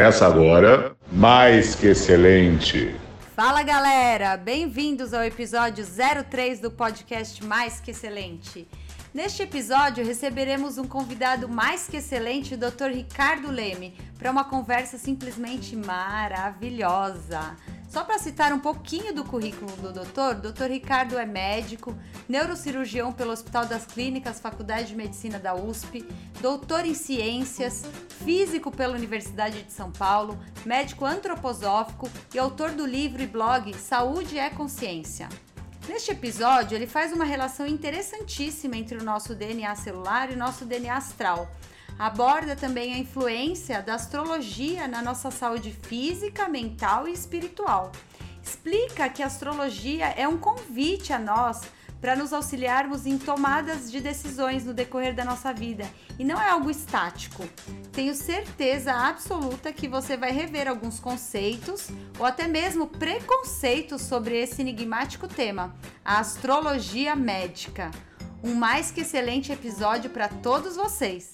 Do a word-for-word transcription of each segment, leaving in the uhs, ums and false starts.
Começa agora, Mais Que Excelente. Fala galera, bem-vindos ao episódio zero três do podcast Mais Que Excelente. Neste episódio receberemos um convidado mais que excelente, o doutor Ricardo Leme, para uma conversa simplesmente maravilhosa. Só para citar um pouquinho do currículo do doutor, doutor Ricardo é médico, neurocirurgião pelo Hospital das Clínicas, Faculdade de Medicina da U S P, doutor em ciências, físico pela Universidade de São Paulo, médico antroposófico e autor do livro e blog Saúde é Consciência. Neste episódio, ele faz uma relação interessantíssima entre o nosso D N A celular e o nosso D N A astral. Aborda também a influência da astrologia na nossa saúde física, mental e espiritual. Explica que a astrologia é um convite a nós para nos auxiliarmos em tomadas de decisões no decorrer da nossa vida e não é algo estático. Tenho certeza absoluta que você vai rever alguns conceitos ou até mesmo preconceitos sobre esse enigmático tema, a astrologia médica. Um mais que excelente episódio para todos vocês!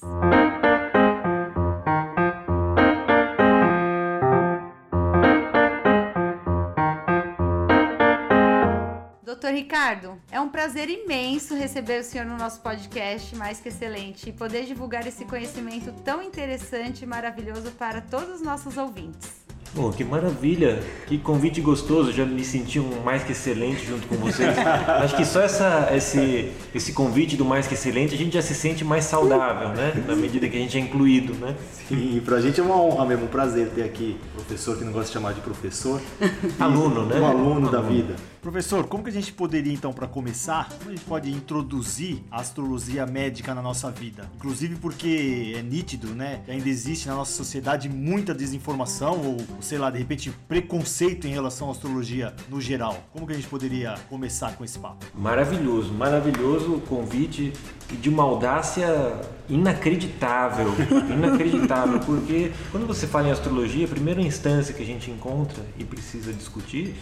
doutor Ricardo, é um prazer imenso receber o senhor no nosso podcast Mais Que Excelente e poder divulgar esse conhecimento tão interessante e maravilhoso para todos os nossos ouvintes. Bom, que maravilha, que convite gostoso, já me senti um mais que excelente junto com vocês. Acho que só essa, esse, esse convite do mais que excelente a gente já se sente mais saudável, né? Na medida que a gente é incluído, né? Sim, pra gente é uma honra mesmo, um prazer ter aqui um professor que não gosta de chamar de professor. Aluno, né? Um aluno da aluno. vida. Professor, como que a gente poderia então, para começar, como a gente pode introduzir a astrologia médica na nossa vida? Inclusive porque é nítido, né? Que ainda existe na nossa sociedade muita desinformação ou, sei lá, de repente preconceito em relação à astrologia no geral. Como que a gente poderia começar com esse papo? Maravilhoso, maravilhoso o convite e de uma audácia inacreditável, inacreditável, porque quando você fala em astrologia, a primeira instância que a gente encontra e precisa discutir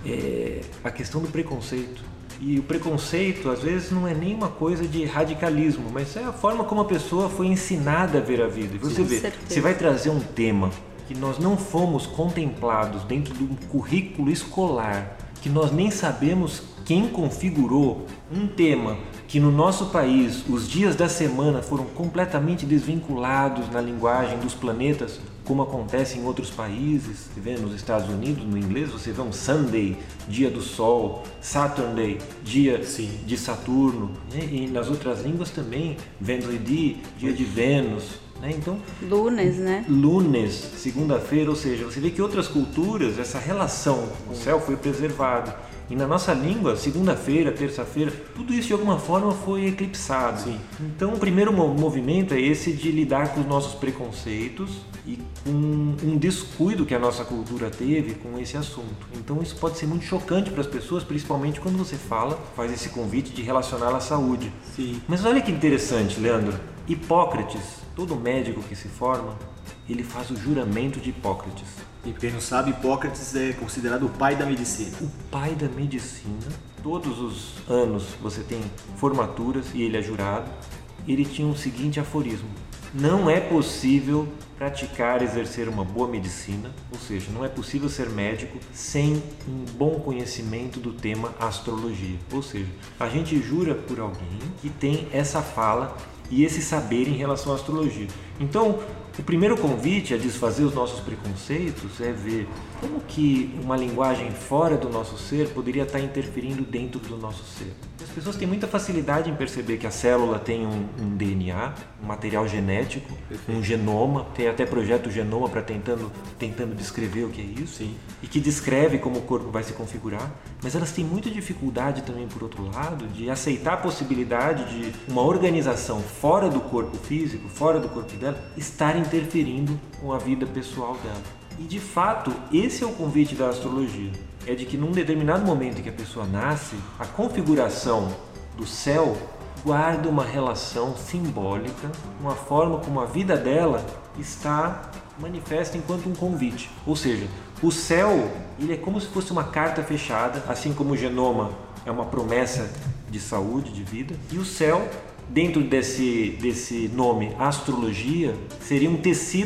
é a questão do preconceito. E o preconceito, às vezes, não é nem uma coisa de radicalismo, mas é a forma como a pessoa foi ensinada a ver a vida. E você Com vê, certeza. você vai trazer um tema que nós não fomos contemplados dentro de um currículo escolar, que nós nem sabemos quem configurou, um tema que no nosso país os dias da semana foram completamente desvinculados na linguagem dos planetas, como acontece em outros países. Você vê nos Estados Unidos, no inglês, você vê um Sunday, dia do Sol, Saturday, dia Sim. de Saturno, né? E nas outras línguas também, Vendredi, dia de Vênus. Né? Então, Lunes, né? Lunes, segunda-feira, ou seja, você vê que outras culturas, essa relação com o céu foi preservada. E na nossa língua, segunda-feira, terça-feira, tudo isso de alguma forma foi eclipsado. Sim. Então o primeiro movimento é esse de lidar com os nossos preconceitos e com um descuido que a nossa cultura teve com esse assunto. Então isso pode ser muito chocante para as pessoas, principalmente quando você fala, faz esse convite de relacionar à saúde. Sim. Mas olha que interessante, Leandro. Hipócrates, todo médico que se forma, ele faz o juramento de Hipócrates. E pra quem não sabe, Hipócrates é considerado o pai da medicina. O pai da medicina. Todos os anos você tem formaturas e ele é jurado. Ele tinha o seguinte aforismo: não é possível praticar, exercer uma boa medicina, ou seja, não é possível ser médico sem um bom conhecimento do tema astrologia. Ou seja, a gente jura por alguém que tem essa fala e esse saber em relação à astrologia. Então, o primeiro convite a desfazer os nossos preconceitos é ver como que uma linguagem fora do nosso ser poderia estar interferindo dentro do nosso ser. As pessoas têm muita facilidade em perceber que a célula tem um, um D N A, um material genético, Perfeito. um genoma, tem até projeto genoma para tentando, tentando descrever o que é isso, Sim. e que descreve como o corpo vai se configurar, mas elas têm muita dificuldade também, por outro lado, de aceitar a possibilidade de uma organização fora do corpo físico, fora do corpo dela, estar interferindo com a vida pessoal dela. E de fato, esse é o convite da astrologia. É de que num determinado momento em que a pessoa nasce, a configuração do céu guarda uma relação simbólica, uma forma como a vida dela está manifesta enquanto um convite. Ou seja, o céu ele é como se fosse uma carta fechada, assim como o genoma é uma promessa de saúde, de vida, e o céu, dentro desse, desse nome astrologia, seria um tecido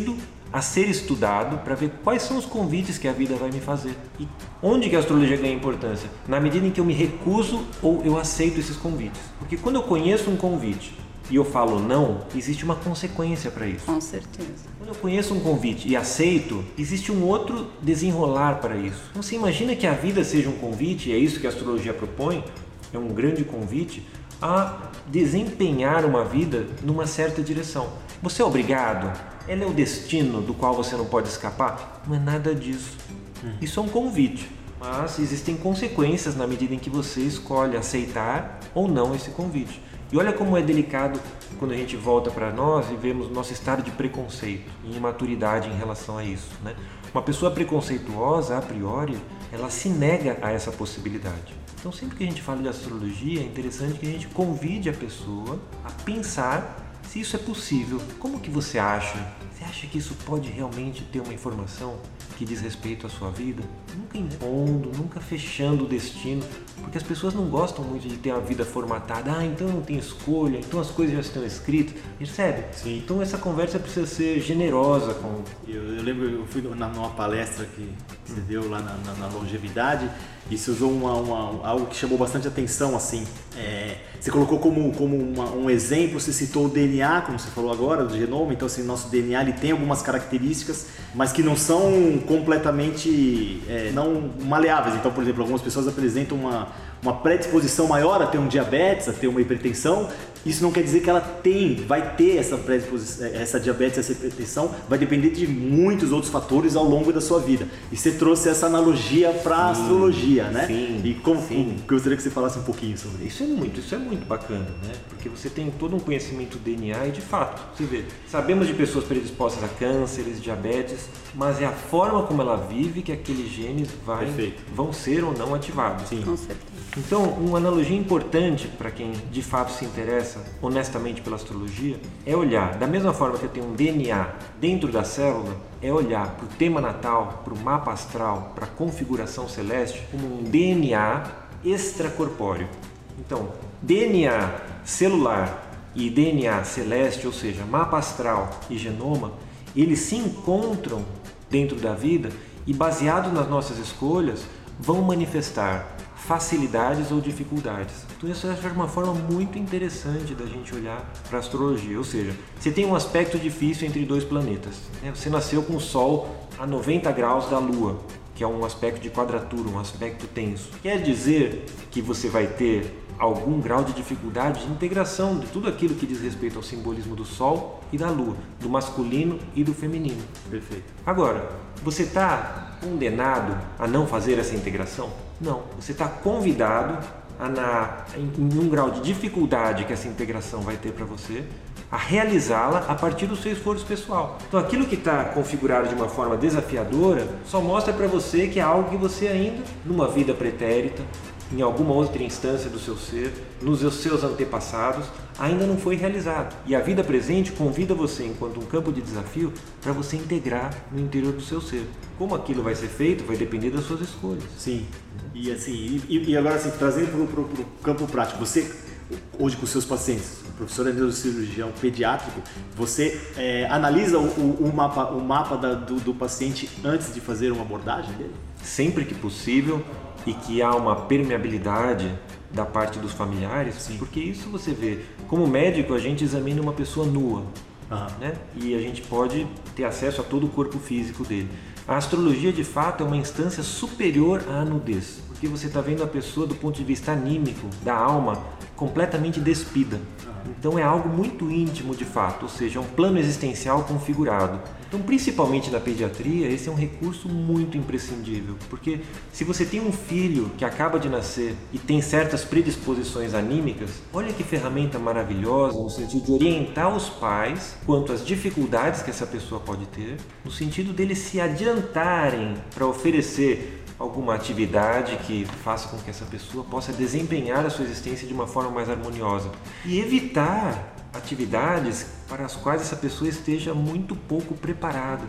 a ser estudado para ver quais são os convites que a vida vai me fazer. E onde que a astrologia ganha importância? Na medida em que eu me recuso ou eu aceito esses convites. Porque quando eu conheço um convite e eu falo não, existe uma consequência para isso. Com certeza. Quando eu conheço um convite e aceito, existe um outro desenrolar para isso. Então você imagina que a vida seja um convite, e é isso que a astrologia propõe, é um grande convite a desempenhar uma vida numa certa direção. Você é obrigado? Ela é o destino do qual você não pode escapar? Não é nada disso. Isso é um convite, mas existem consequências na medida em que você escolhe aceitar ou não esse convite. E olha como é delicado quando a gente volta para nós e vemos nosso estado de preconceito e imaturidade em relação a isso, né? Uma pessoa preconceituosa, a priori, ela se nega a essa possibilidade. Então, sempre que a gente fala de astrologia, é interessante que a gente convide a pessoa a pensar se isso é possível. Como que você acha? Você acha que isso pode realmente ter uma informação que diz respeito à sua vida? Nunca impondo, nunca fechando o destino, porque as pessoas não gostam muito de ter a vida formatada. Ah, então não tem escolha, então as coisas já estão escritas. Percebe? Sim. Então essa conversa precisa ser generosa. Com... Eu, eu lembro, eu fui na, numa palestra que você hum. deu lá na, na, na longevidade, e você usou uma, uma, algo que chamou bastante atenção, assim. É, você colocou como, como uma, um exemplo, você citou o D N A, como você falou agora, do genoma. Então, assim, nosso D N A ele tem algumas características, mas que não são completamente é, não maleáveis. Então, por exemplo, algumas pessoas apresentam uma, uma predisposição maior a ter um diabetes, a ter uma hipertensão. Isso não quer dizer que ela tem, vai ter essa predisposição, essa diabetes, essa hipertensão, vai depender de muitos outros fatores ao longo da sua vida. E você trouxe essa analogia para a astrologia, né? Sim, e como, sim. Eu gostaria que você falasse um pouquinho sobre isso. Isso é muito, isso é muito bacana, né? Porque você tem todo um conhecimento do D N A e de fato, você vê, sabemos de pessoas predispostas a cânceres, diabetes, mas é a forma como ela vive que aqueles genes vai, vão ser ou não ativados. Sim. Com certeza. Então, uma analogia importante para quem de fato se interessa honestamente pela astrologia é olhar, da mesma forma que eu tenho um D N A dentro da célula, é olhar para o tema natal, para o mapa astral, para a configuração celeste como um D N A extracorpóreo. Então, D N A celular e D N A celeste, ou seja, mapa astral e genoma, eles se encontram dentro da vida e, baseado nas nossas escolhas, vão manifestar facilidades ou dificuldades. Então isso é uma forma muito interessante da gente olhar para a astrologia, ou seja, você tem um aspecto difícil entre dois planetas, né? Você nasceu com o Sol a noventa graus da Lua, que é um aspecto de quadratura, um aspecto tenso. Quer dizer que você vai ter algum grau de dificuldade de integração de tudo aquilo que diz respeito ao simbolismo do Sol e da Lua, do masculino e do feminino. Perfeito. Agora, você está condenado a não fazer essa integração? Não. Você está convidado a, na, em, em um grau de dificuldade que essa integração vai ter para você, a realizá-la a partir do seu esforço pessoal. Então, aquilo que está configurado de uma forma desafiadora só mostra para você que é algo que você ainda, numa vida pretérita, em alguma outra instância do seu ser, nos seus antepassados, ainda não foi realizado. E a vida presente convida você, enquanto um campo de desafio, para você integrar no interior do seu ser. Como aquilo vai ser feito, vai depender das suas escolhas. Sim. E assim, e, e agora assim, trazendo para o campo prático, você, hoje com os seus pacientes, o professor é neurocirurgião pediátrico, você é, analisa o, o, o mapa, o mapa da, do, do paciente antes de fazer uma abordagem dele? Sempre que possível, e que há uma permeabilidade da parte dos familiares, sim, porque isso você vê, como médico a gente examina uma pessoa nua, uhum, né? E a gente pode ter acesso a todo o corpo físico dele. A astrologia de fato é uma instância superior à nudez, porque você está vendo a pessoa do ponto de vista anímico, da alma, completamente despida. Então é algo muito íntimo de fato, ou seja, é um plano existencial configurado. Então, principalmente na pediatria, esse é um recurso muito imprescindível, porque se você tem um filho que acaba de nascer e tem certas predisposições anímicas, olha que ferramenta maravilhosa no sentido de orientar os pais quanto às dificuldades que essa pessoa pode ter, no sentido deles se adiantarem para oferecer alguma atividade que faça com que essa pessoa possa desempenhar a sua existência de uma forma mais harmoniosa e evitar atividades para as quais essa pessoa esteja muito pouco preparada.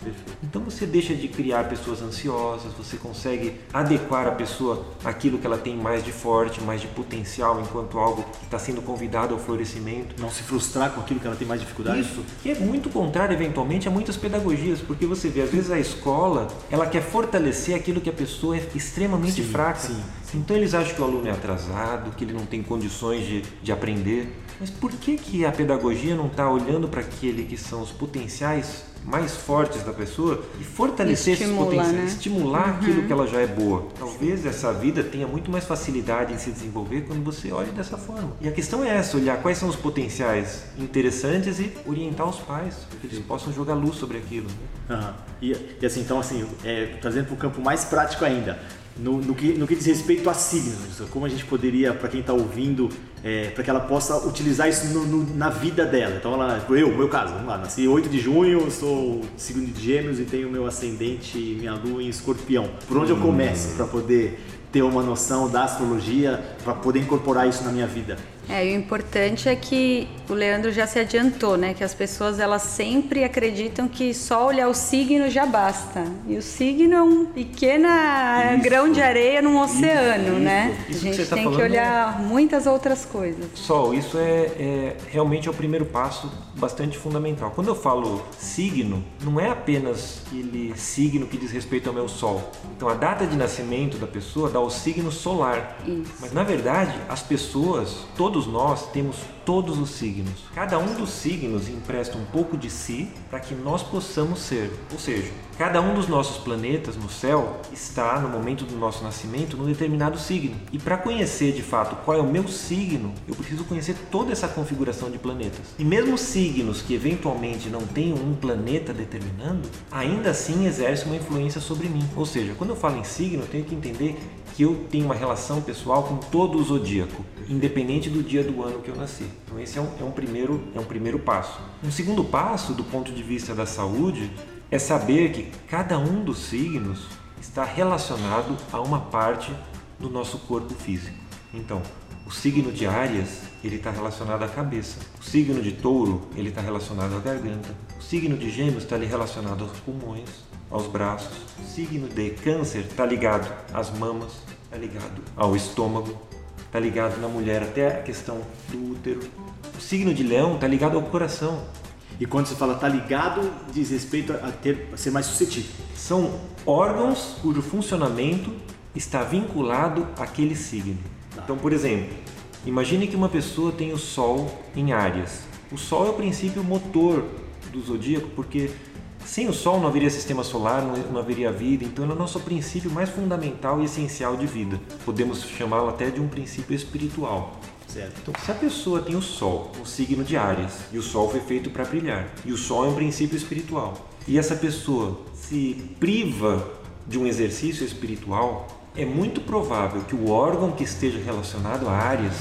Perfeito. Então você deixa de criar pessoas ansiosas, você consegue adequar a pessoa àquilo que ela tem mais de forte, mais de potencial, enquanto algo que está sendo convidado ao florescimento. Não se frustrar com aquilo que ela tem mais dificuldade. Isso, que é muito contrário, eventualmente, a muitas pedagogias, porque você vê, às vezes a escola, ela quer fortalecer aquilo que a pessoa é extremamente Sim, fraca. sim. Então eles acham que o aluno é atrasado, que ele não tem condições de, de aprender. Mas por que, que a pedagogia não está olhando para aquele que são os potenciais mais fortes da pessoa e fortalecer Estimula, esses potenciais, né? estimular Uhum. aquilo que ela já é boa? Talvez essa vida tenha muito mais facilidade em se desenvolver quando você olha dessa forma. E a questão é essa, olhar quais são os potenciais interessantes e orientar os pais, para que eles possam jogar luz sobre aquilo. Né? Uhum. E, e assim, então assim, é, trazendo para o campo mais prático ainda, no, no, que, no que diz respeito a signos, como a gente poderia, para quem está ouvindo, é, para que ela possa utilizar isso no, no, na vida dela. Então ela, eu, meu caso, vamos lá, nasci oito de junho, sou signo de Gêmeos e tenho meu ascendente, minha lua em Escorpião. Por onde eu começo para poder ter uma noção da astrologia, para poder incorporar isso na minha vida? É, e o importante é que o Leandro já se adiantou, né? Que as pessoas, elas sempre acreditam que só olhar o signo já basta. E o signo é um pequeno grão de areia num oceano, isso, né? isso. Isso A que gente você tá tem que falando olhar muitas outras coisas. Sol, isso é, é realmente é o primeiro passo bastante fundamental. Quando eu falo signo, não é apenas aquele signo que diz respeito ao meu sol. Então a data de nascimento da pessoa dá o signo solar. Isso. Mas na verdade, as pessoas, todos nós temos todos os signos. Cada um dos signos empresta um pouco de si para que nós possamos ser. Ou seja, cada um dos nossos planetas no céu está, no momento do nosso nascimento, num determinado signo. E para conhecer de fato qual é o meu signo, eu preciso conhecer toda essa configuração de planetas. E mesmo signos que eventualmente não tenham um planeta determinando, ainda assim exercem uma influência sobre mim. Ou seja, quando eu falo em signo, eu tenho que entender que eu tenho uma relação pessoal com todo o zodíaco, independente do dia do ano que eu nasci. Então esse é um, é um, primeiro, é um primeiro passo. Um segundo passo, do ponto de vista da saúde, é saber que cada um dos signos está relacionado a uma parte do nosso corpo físico. Então, o signo de Áries, ele está relacionado à cabeça. O signo de Touro, ele está relacionado à garganta. O signo de Gêmeos está ali relacionado aos pulmões, aos braços. O signo de Câncer está ligado às mamas, está ligado ao estômago, está ligado na mulher até a questão do útero. O signo de Leão está ligado ao coração. E quando você fala tá ligado, diz respeito a, ter, a ser mais suscetível. São órgãos cujo funcionamento está vinculado àquele signo. Então, por exemplo, imagine que uma pessoa tem o Sol em Áries. O Sol é o princípio motor do zodíaco, porque sem o Sol não haveria sistema solar, não, não haveria vida. Então, ele é o nosso princípio mais fundamental e essencial de vida. Podemos chamá-lo até de um princípio espiritual. Certo. Então, se a pessoa tem o Sol, o signo de Áries, e o Sol foi feito para brilhar, e o Sol é um princípio espiritual, e essa pessoa se priva de um exercício espiritual, é muito provável que o órgão que esteja relacionado a Áries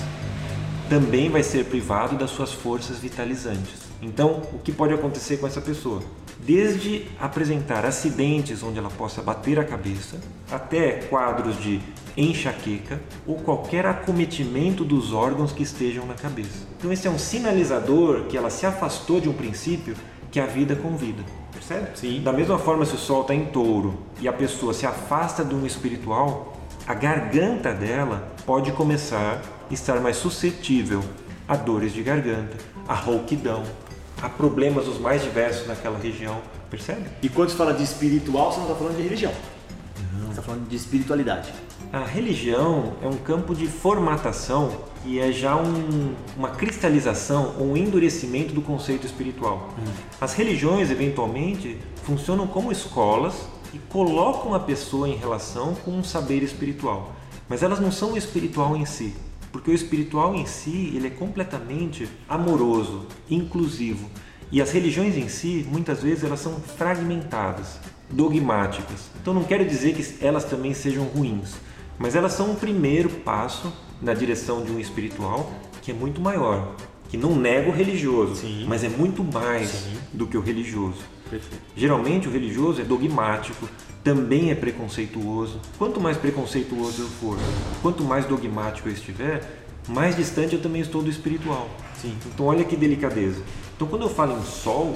também vai ser privado das suas forças vitalizantes. Então, o que pode acontecer com essa pessoa? Desde apresentar acidentes onde ela possa bater a cabeça, até quadros de enxaqueca ou qualquer acometimento dos órgãos que estejam na cabeça. Então esse é um sinalizador que ela se afastou de um princípio que a vida convida. Percebe? Sim. Da mesma forma, se o Sol está em Touro e a pessoa se afasta de um espiritual, a garganta dela pode começar a estar mais suscetível a dores de garganta, a rouquidão, a problemas os mais diversos naquela região, percebe? E quando se fala de espiritual, você não está falando de religião. Não. Você está falando de espiritualidade. A religião é um campo de formatação que é já um, uma cristalização ou um endurecimento do conceito espiritual. Hum. As religiões, eventualmente, funcionam como escolas e colocam a pessoa em relação com um saber espiritual. Mas elas não são o espiritual em si. Porque o espiritual em si, ele é completamente amoroso, inclusivo. E as religiões em si, muitas vezes, elas são fragmentadas, dogmáticas. Então não quero dizer que elas também sejam ruins, mas elas são um primeiro passo na direção de um espiritual que é muito maior, que não nega o religioso, Sim. mas é muito mais Sim. do que o religioso. Perfeito. Geralmente o religioso é dogmático, também é preconceituoso. Quanto mais preconceituoso eu for, quanto mais dogmático eu estiver, mais distante eu também estou do espiritual. Sim. Então olha que delicadeza. Então quando eu falo em Sol,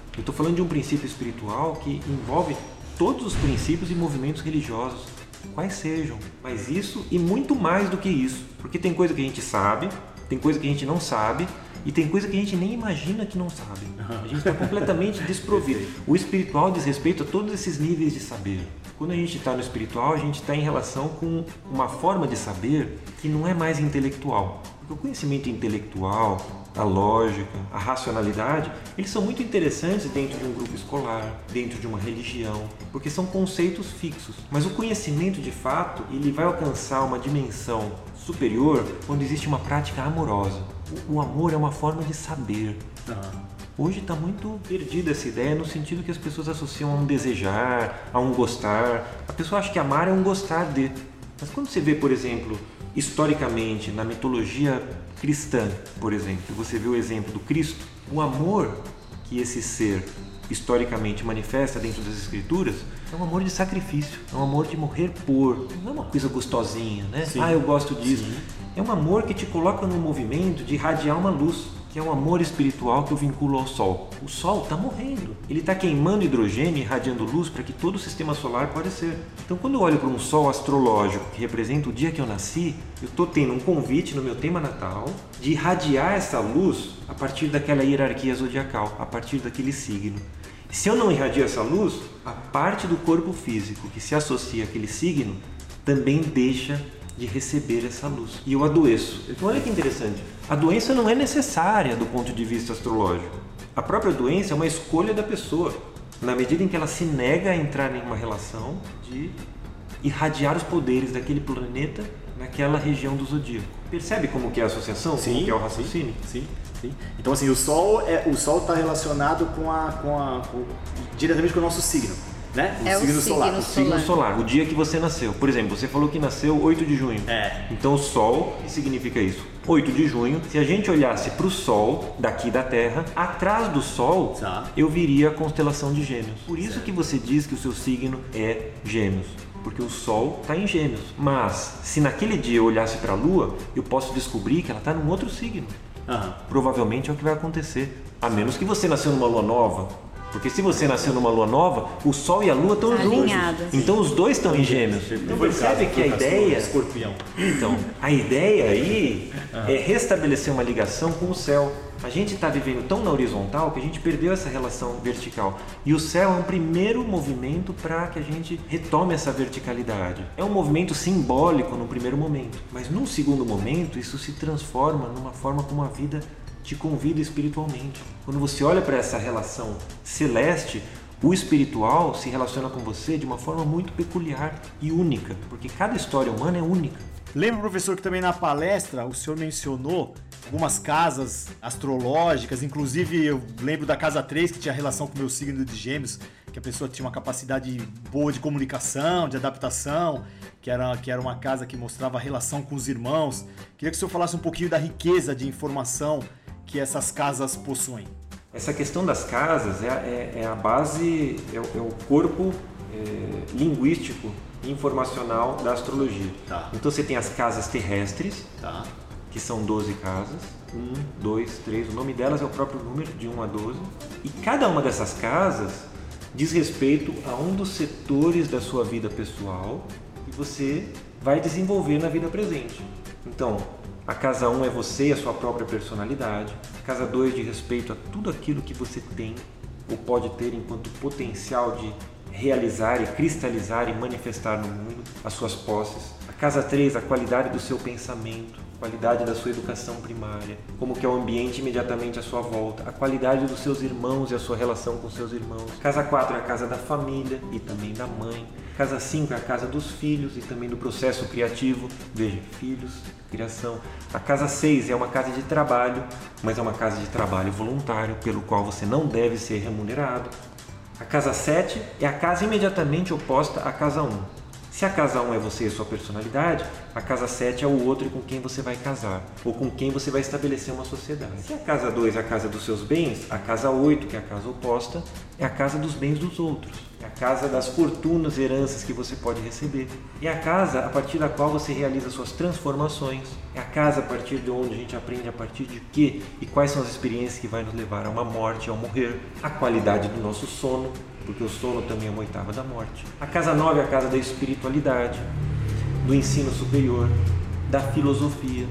Eu estou falando de um princípio espiritual que envolve todos os princípios e movimentos religiosos, quais sejam, mas isso e muito mais do que isso, porque tem coisa que a gente sabe, tem coisa que a gente não sabe e tem coisa que a gente nem imagina que não sabe. A gente está completamente desprovido. O espiritual diz respeito a todos esses níveis de saber. Quando a gente está no espiritual, a gente está em relação com uma forma de saber que não é mais intelectual. Porque o conhecimento intelectual, a lógica, a racionalidade, eles são muito interessantes dentro de um grupo escolar, dentro de uma religião, porque são conceitos fixos. Mas o conhecimento, de fato, ele vai alcançar uma dimensão superior quando existe uma prática amorosa. O, o amor é uma forma de saber. Uhum. Hoje está muito perdida essa ideia no sentido que as pessoas associam a um desejar, a um gostar. A pessoa acha que amar é um gostar de. Mas quando você vê, por exemplo, historicamente, na mitologia cristã, por exemplo, você vê o exemplo do Cristo, o amor que esse ser historicamente manifesta dentro das escrituras é um amor de sacrifício, é um amor de morrer por, não é uma coisa gostosinha, né? Sim. Ah, eu gosto disso. Sim. É um amor que te coloca no movimento de irradiar uma luz, que é um amor espiritual que eu vinculo ao Sol. O Sol está morrendo, ele está queimando hidrogênio e irradiando luz para que todo o sistema solar pode ser. Então, quando eu olho para um Sol astrológico que representa o dia que eu nasci, eu estou tendo um convite no meu tema natal de irradiar essa luz a partir daquela hierarquia zodiacal, a partir daquele signo. Se eu não irradio essa luz, a parte do corpo físico que se associa àquele signo também deixa de receber essa luz. E eu adoeço. Então, olha que interessante. A doença não é necessária do ponto de vista astrológico. A própria doença é uma escolha da pessoa, na medida em que ela se nega a entrar em uma relação de irradiar os poderes daquele planeta naquela região do zodíaco. Percebe como que é a associação? Sim, como que é o raciocínio? Sim, sim, sim. Então, assim, o Sol é o Sol está relacionado com a, com a com, diretamente com o nosso signo. Né? O é signo o signo solar. solar. O signo solar, o dia que você nasceu. Por exemplo, você falou que nasceu oito de junho. É. Então o Sol, o que significa isso? oito de junho, se a gente olhasse para o Sol, daqui da Terra, atrás do Sol, tá, eu viria a constelação de Gêmeos. Por isso certo. Que você diz que o seu signo é Gêmeos. Porque o Sol está em Gêmeos. Mas, se naquele dia eu olhasse para a Lua, eu posso descobrir que ela está num outro signo. Uhum. Provavelmente é o que vai acontecer. A menos que você nasceu numa Lua nova. Porque se você nasceu numa lua nova, o Sol e a Lua estão juntos. Então os dois estão em Gêmeos. Então percebe que a ideia... Escorpião. Então, a ideia aí é restabelecer uma ligação com o céu. A gente está vivendo tão na horizontal que a gente perdeu essa relação vertical. E o céu é um primeiro movimento para que a gente retome essa verticalidade. É um movimento simbólico no primeiro momento. Mas num segundo momento, isso se transforma numa forma como a vida te convida espiritualmente. Quando você olha para essa relação celeste, o espiritual se relaciona com você de uma forma muito peculiar e única, porque cada história humana é única. Lembra, professor, que também na palestra o senhor mencionou algumas casas astrológicas, inclusive eu lembro da casa três, que tinha relação com o meu signo de Gêmeos, que a pessoa tinha uma capacidade boa de comunicação, de adaptação, que era, que era uma casa que mostrava a relação com os irmãos. Queria que o senhor falasse um pouquinho da riqueza de informação que essas casas possuem. Essa questão das casas é, é, é a base, é, é o corpo é, linguístico e informacional da astrologia. Tá. Então você tem as casas terrestres, tá, que são doze casas, um, dois, três, o nome delas é o próprio número, de um a doze, e cada uma dessas casas diz respeito a um dos setores da sua vida pessoal que você vai desenvolver na vida presente. Então, a casa um é você e a sua própria personalidade. A casa dois diz respeito a tudo aquilo que você tem ou pode ter enquanto potencial de realizar e cristalizar e manifestar no mundo as suas posses. A casa três, a qualidade do seu pensamento, a qualidade da sua educação primária, como que é o ambiente imediatamente à sua volta, a qualidade dos seus irmãos e a sua relação com seus irmãos. Casa quatro é a casa da família e também da mãe. Casa cinco é a casa dos filhos e também do processo criativo. Veja, filhos, criação. A casa seis é uma casa de trabalho, mas é uma casa de trabalho voluntário, pelo qual você não deve ser remunerado. A casa sete é a casa imediatamente oposta à casa um. Se a casa um é você e a sua personalidade, a casa sete é o outro com quem você vai casar, ou com quem você vai estabelecer uma sociedade. Se a casa dois é a casa dos seus bens, a casa oito, que é a casa oposta, é a casa dos bens dos outros. É a a casa das fortunas e heranças que você pode receber. É a casa a partir da qual você realiza suas transformações. É a casa a partir de onde a gente aprende a partir de quê e quais são as experiências que vai nos levar a uma morte, ao morrer. A qualidade do nosso sono, porque o sono também é uma oitava da morte. A casa nove é a casa da espiritualidade, do ensino superior, da filosofia,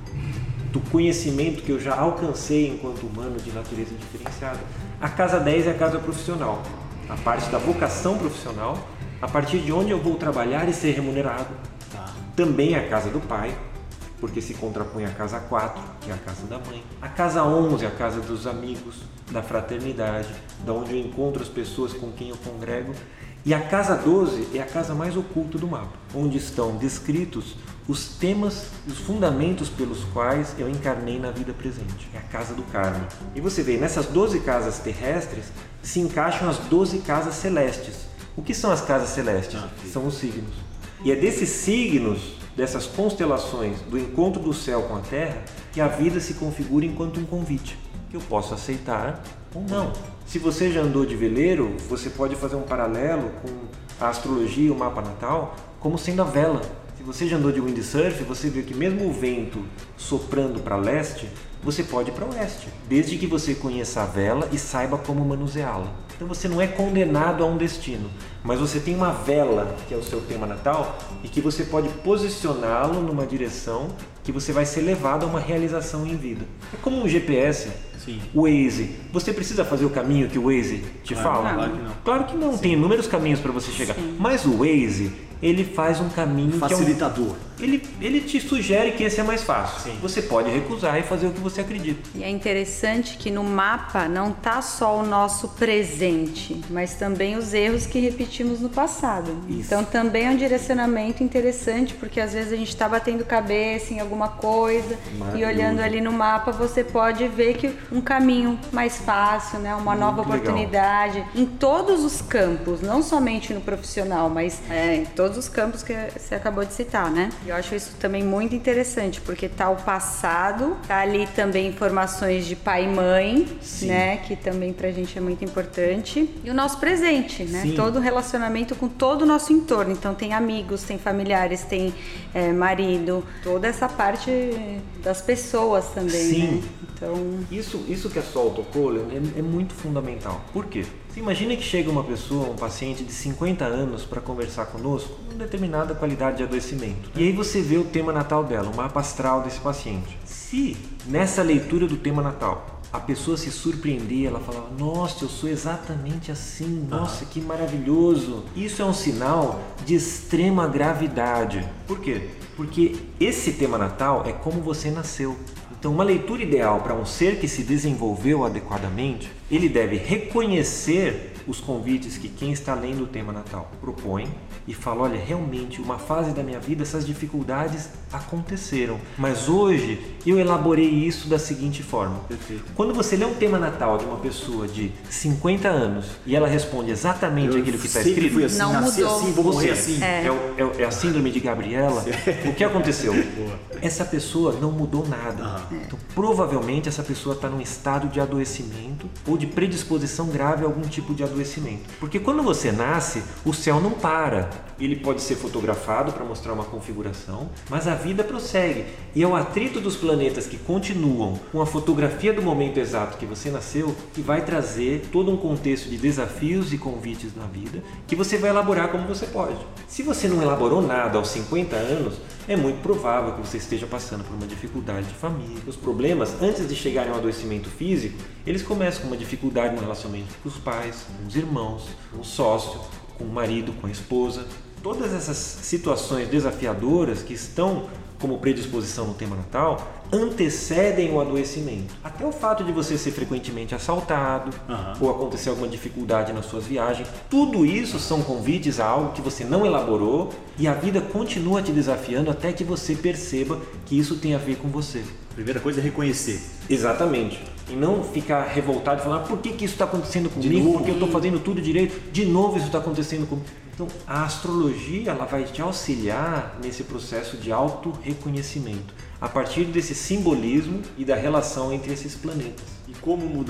do conhecimento que eu já alcancei enquanto humano de natureza diferenciada. A casa dez é a casa profissional, a parte da vocação profissional, a partir de onde eu vou trabalhar e ser remunerado. Tá. Também é a casa do pai, porque se contrapõe à casa quatro, que é a casa da mãe. A casa onze é a casa dos amigos, da fraternidade, da onde eu encontro as pessoas com quem eu congrego. E a casa doze é a casa mais oculta do mapa, onde estão descritos os temas, os fundamentos pelos quais eu encarnei na vida presente. É a casa do karma. E você vê, nessas doze casas terrestres se encaixam as doze casas celestes. O que são as casas celestes? São os signos. E é desses signos, dessas constelações, do encontro do céu com a terra, que a vida se configura enquanto um convite, que eu posso aceitar ou não. Se você já andou de veleiro, você pode fazer um paralelo com a astrologia e o mapa natal como sendo a vela. Se você já andou de windsurf, você vê que mesmo o vento soprando para leste, você pode ir para oeste, desde que você conheça a vela e saiba como manuseá-la. Então você não é condenado a um destino, mas você tem uma vela, que é o seu tema natal, e que você pode posicioná-lo numa direção que você vai ser levado a uma realização em vida. É como um G P S. Sim. O Waze, você precisa fazer o caminho que o Waze te Claro, fala? claro que não. Claro que não, Sim. tem inúmeros caminhos para você chegar. Sim. Mas o Waze, ele faz um caminho Facilitador. que é um, ele, ele te sugere que esse é mais fácil. Sim. Você pode recusar e fazer o que você acredita. E é interessante que no mapa não tá só o nosso presente, mas também os erros que repetimos no passado. Isso. Então também é um direcionamento interessante, porque às vezes a gente está batendo cabeça em alguma coisa e Maravilhoso. olhando ali no mapa você pode ver que um caminho mais fácil, né? Uma Muito nova legal. oportunidade em todos os campos, não somente no profissional, mas é, em todos os campos que você acabou de citar, né? Eu acho isso também muito interessante, porque tá o passado, tá ali também informações de pai e mãe, Sim. né? Que também pra gente é muito importante. E o nosso presente, né? Sim. Todo o relacionamento com todo o nosso entorno. Então tem amigos, tem familiares, tem é, marido, toda essa parte das pessoas também, Sim. né? Então... Isso, isso que a Sol tocou é, é muito fundamental. Por quê? Você imagina que chega uma pessoa, um paciente de cinquenta anos para conversar conosco com determinada qualidade de adoecimento. E aí você vê o tema natal dela, o mapa astral desse paciente. Se nessa leitura do tema natal a pessoa se surpreender, ela falava, nossa, eu sou exatamente assim, nossa, que maravilhoso. Isso é um sinal de extrema gravidade. Por quê? Porque esse tema natal é como você nasceu. Então, uma leitura ideal para um ser que se desenvolveu adequadamente, ele deve reconhecer os convites que quem está lendo o tema natal propõe e fala, olha, realmente, uma fase da minha vida, essas dificuldades aconteceram, mas hoje eu elaborei isso da seguinte forma. Perfeito. Quando você lê um tema natal de uma pessoa de cinquenta anos e ela responde exatamente Eu aquilo que está sempre escrito, fui assim, Não nasci mudou. assim, vou ou morrer seja, assim. é, o- é o- é a síndrome de Gabriela. O que aconteceu? Essa pessoa não mudou nada. Aham. Então, provavelmente essa pessoa está num estado de adoecimento ou de predisposição grave a algum tipo de adoecimento. Porque quando você nasce, o céu não para. Ele pode ser fotografado para mostrar uma configuração, mas a vida prossegue. E é o atrito dos planetas que continuam com a fotografia do momento exato que você nasceu que vai trazer todo um contexto de desafios e convites na vida que você vai elaborar como você pode. Se você não elaborou nada aos cinquenta anos, é muito provável que você esteja passando por uma dificuldade de família. Os problemas, antes de chegarem ao adoecimento físico, eles começam com uma dificuldade no relacionamento com os pais, com os irmãos, com o sócio, com o marido, com a esposa. Todas essas situações desafiadoras que estão como predisposição no tema natal antecedem o adoecimento. Até o fato de você ser frequentemente assaltado, Aham. ou acontecer alguma dificuldade nas suas viagens, tudo isso são convites a algo que você não elaborou e a vida continua te desafiando até que você perceba que isso tem a ver com você. Primeira coisa é reconhecer. Exatamente. E não ficar revoltado e falar, por que, que isso está acontecendo comigo? novo? Porque eu estou fazendo tudo direito, de novo isso está acontecendo comigo. Então, a astrologia ela vai te auxiliar nesse processo de auto-reconhecimento, a partir desse simbolismo e da relação entre esses planetas. E como mudar?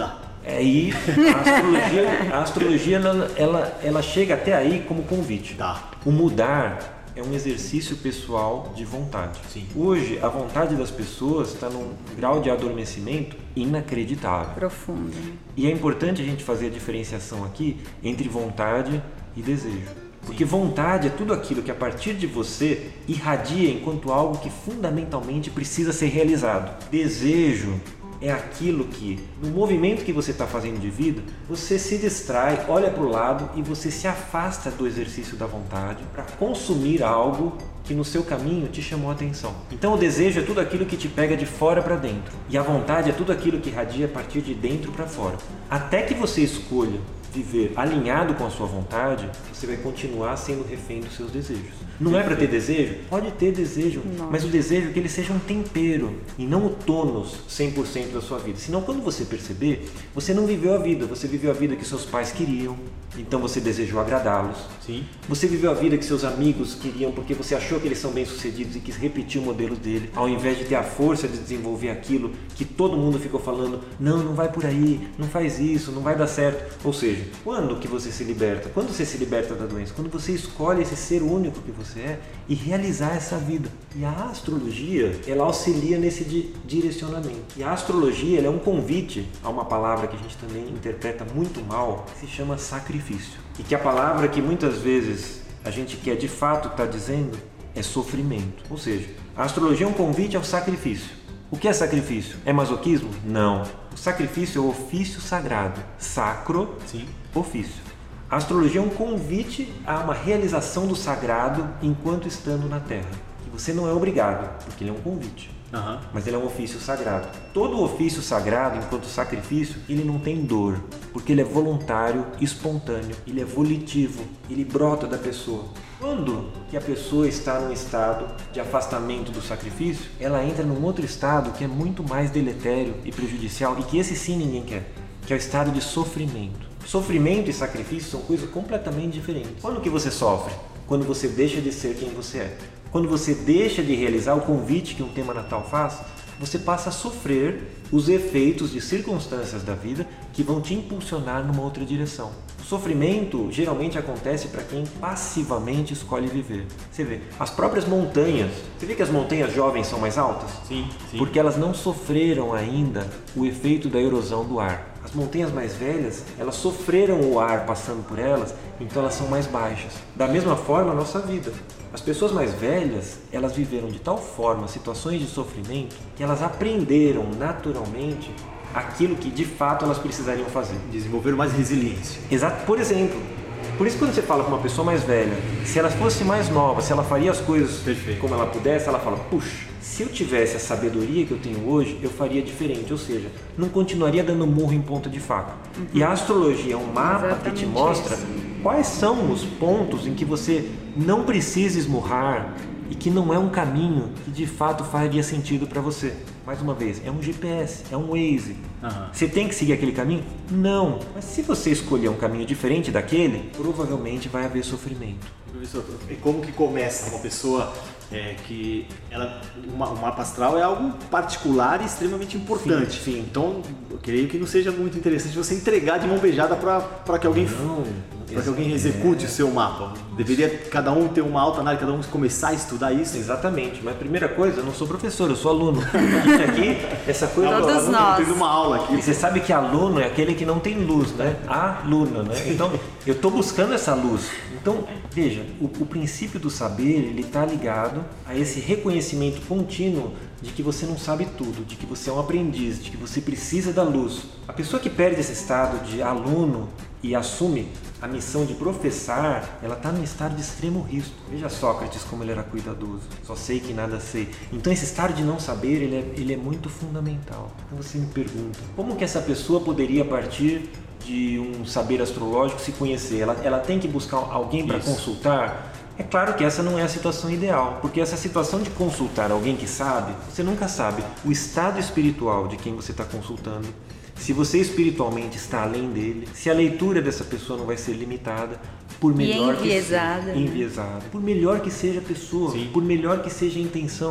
Aí a astrologia, a astrologia ela, ela, ela chega até aí como convite. Tá. O mudar é um exercício pessoal de vontade. Sim. Hoje, a vontade das pessoas está num grau de adormecimento inacreditável. Profundo. E é importante a gente fazer a diferenciação aqui entre vontade e desejo. Porque vontade é tudo aquilo que a partir de você irradia enquanto algo que fundamentalmente precisa ser realizado. Desejo é aquilo que, no movimento que você está fazendo de vida, você se distrai, olha para o lado e você se afasta do exercício da vontade para consumir algo que no seu caminho te chamou a atenção. Então o desejo é tudo aquilo que te pega de fora para dentro e a vontade é tudo aquilo que irradia a partir de dentro para fora. Até que você escolha viver alinhado com a sua vontade, você vai continuar sendo refém dos seus desejos. Não é para ter desejo? Pode ter desejo, Não. mas o desejo é que ele seja um tempero e não o tônus cem por cento da sua vida. Senão, quando você perceber, você não viveu a vida, você viveu a vida que seus pais queriam, então você desejou agradá-los. Sim. Você viveu a vida que seus amigos queriam porque você achou que eles são bem-sucedidos e quis repetir o modelo dele, ao invés de ter a força de desenvolver aquilo que todo mundo ficou falando, não, não vai por aí, não faz isso, não vai dar certo. Ou seja, quando que você se liberta? Quando você se liberta da doença? Quando você escolhe esse ser único que você é e realizar essa vida. E a astrologia, ela auxilia nesse di- direcionamento. E a astrologia, ela é um convite a uma palavra que a gente também interpreta muito mal, que se chama sacrifício. E que a palavra que muitas vezes a gente quer de fato estar dizendo é sofrimento. Ou seja, a astrologia é um convite ao sacrifício. O que é sacrifício? É masoquismo? Não. O sacrifício é o ofício sagrado. Sacro, Sim. ofício. A astrologia é um convite a uma realização do sagrado enquanto estando na Terra. Que você não é obrigado, porque ele é um convite. Uhum. Mas ele é um ofício sagrado. Todo ofício sagrado, enquanto sacrifício, ele não tem dor, porque ele é voluntário, espontâneo, ele é volitivo, ele brota da pessoa. Quando que a pessoa está num estado de afastamento do sacrifício, ela entra num outro estado que é muito mais deletério e prejudicial e que esse sim ninguém quer, que é o estado de sofrimento. Sofrimento e sacrifício são coisas completamente diferentes. Quando que você sofre? Quando você deixa de ser quem você é. Quando você deixa de realizar o convite que um tema natal faz, você passa a sofrer os efeitos de circunstâncias da vida que vão te impulsionar numa outra direção. O sofrimento geralmente acontece para quem passivamente escolhe viver. Você vê, as próprias montanhas, você vê que as montanhas jovens são mais altas? Sim, sim. Porque elas não sofreram ainda o efeito da erosão do ar. As montanhas mais velhas, elas sofreram o ar passando por elas, então elas são mais baixas. Da mesma forma, a nossa vida. As pessoas mais velhas, elas viveram de tal forma situações de sofrimento que elas aprenderam naturalmente aquilo que de fato elas precisariam fazer. Desenvolver mais resiliência. Exato. Por exemplo, por isso quando você fala com uma pessoa mais velha, se ela fosse mais nova, se ela faria as coisas Perfeito. como ela pudesse, ela fala, puxa, se eu tivesse a sabedoria que eu tenho hoje, eu faria diferente, ou seja, não continuaria dando murro em ponta de faca. Uhum. E a astrologia é um mapa Exatamente que te mostra isso. quais são os pontos em que você não precisa esmurrar e que não é um caminho que de fato faria sentido para você. Mais uma vez, é um G P S, é um Waze. Uhum. Você tem que seguir aquele caminho? Não. Mas se você escolher um caminho diferente daquele, provavelmente vai haver sofrimento. Professor, e como que começa uma pessoa é, que ela, uma, o mapa astral é algo particular e extremamente importante. Sim, sim. Então, eu creio que não seja muito interessante você entregar de mão beijada para que alguém Não, para que alguém execute é. o seu mapa. Deveria cada um ter uma alta análise, cada um começar a estudar isso. Exatamente, mas a primeira coisa, eu não sou professor, eu sou aluno. Isso aqui, essa coisa... Todos Aluno, nós. tendo uma aula aqui. E você sabe que aluno é aquele que não tem luz, né? Aluna, né? Então, eu estou buscando essa luz. Então, veja, o, o princípio do saber, ele está ligado a esse reconhecimento contínuo de que você não sabe tudo, de que você é um aprendiz, de que você precisa da luz. A pessoa que perde esse estado de aluno e assume a missão de professar, ela está num estado de extremo risco. Veja Sócrates como ele era cuidadoso. Só sei que nada sei. Então esse estado de não saber, ele é, ele é muito fundamental. Então você me pergunta, como que essa pessoa poderia partir de um saber astrológico se conhecer? Ela, ela tem que buscar alguém para consultar? É claro que essa não é a situação ideal, porque essa situação de consultar alguém que sabe, você nunca sabe o estado espiritual de quem você está consultando, se você espiritualmente está além dele, se a leitura dessa pessoa não vai ser limitada, por melhor e enviesada. que seja, enviesada, por melhor que seja a pessoa, Sim. por melhor que seja a intenção.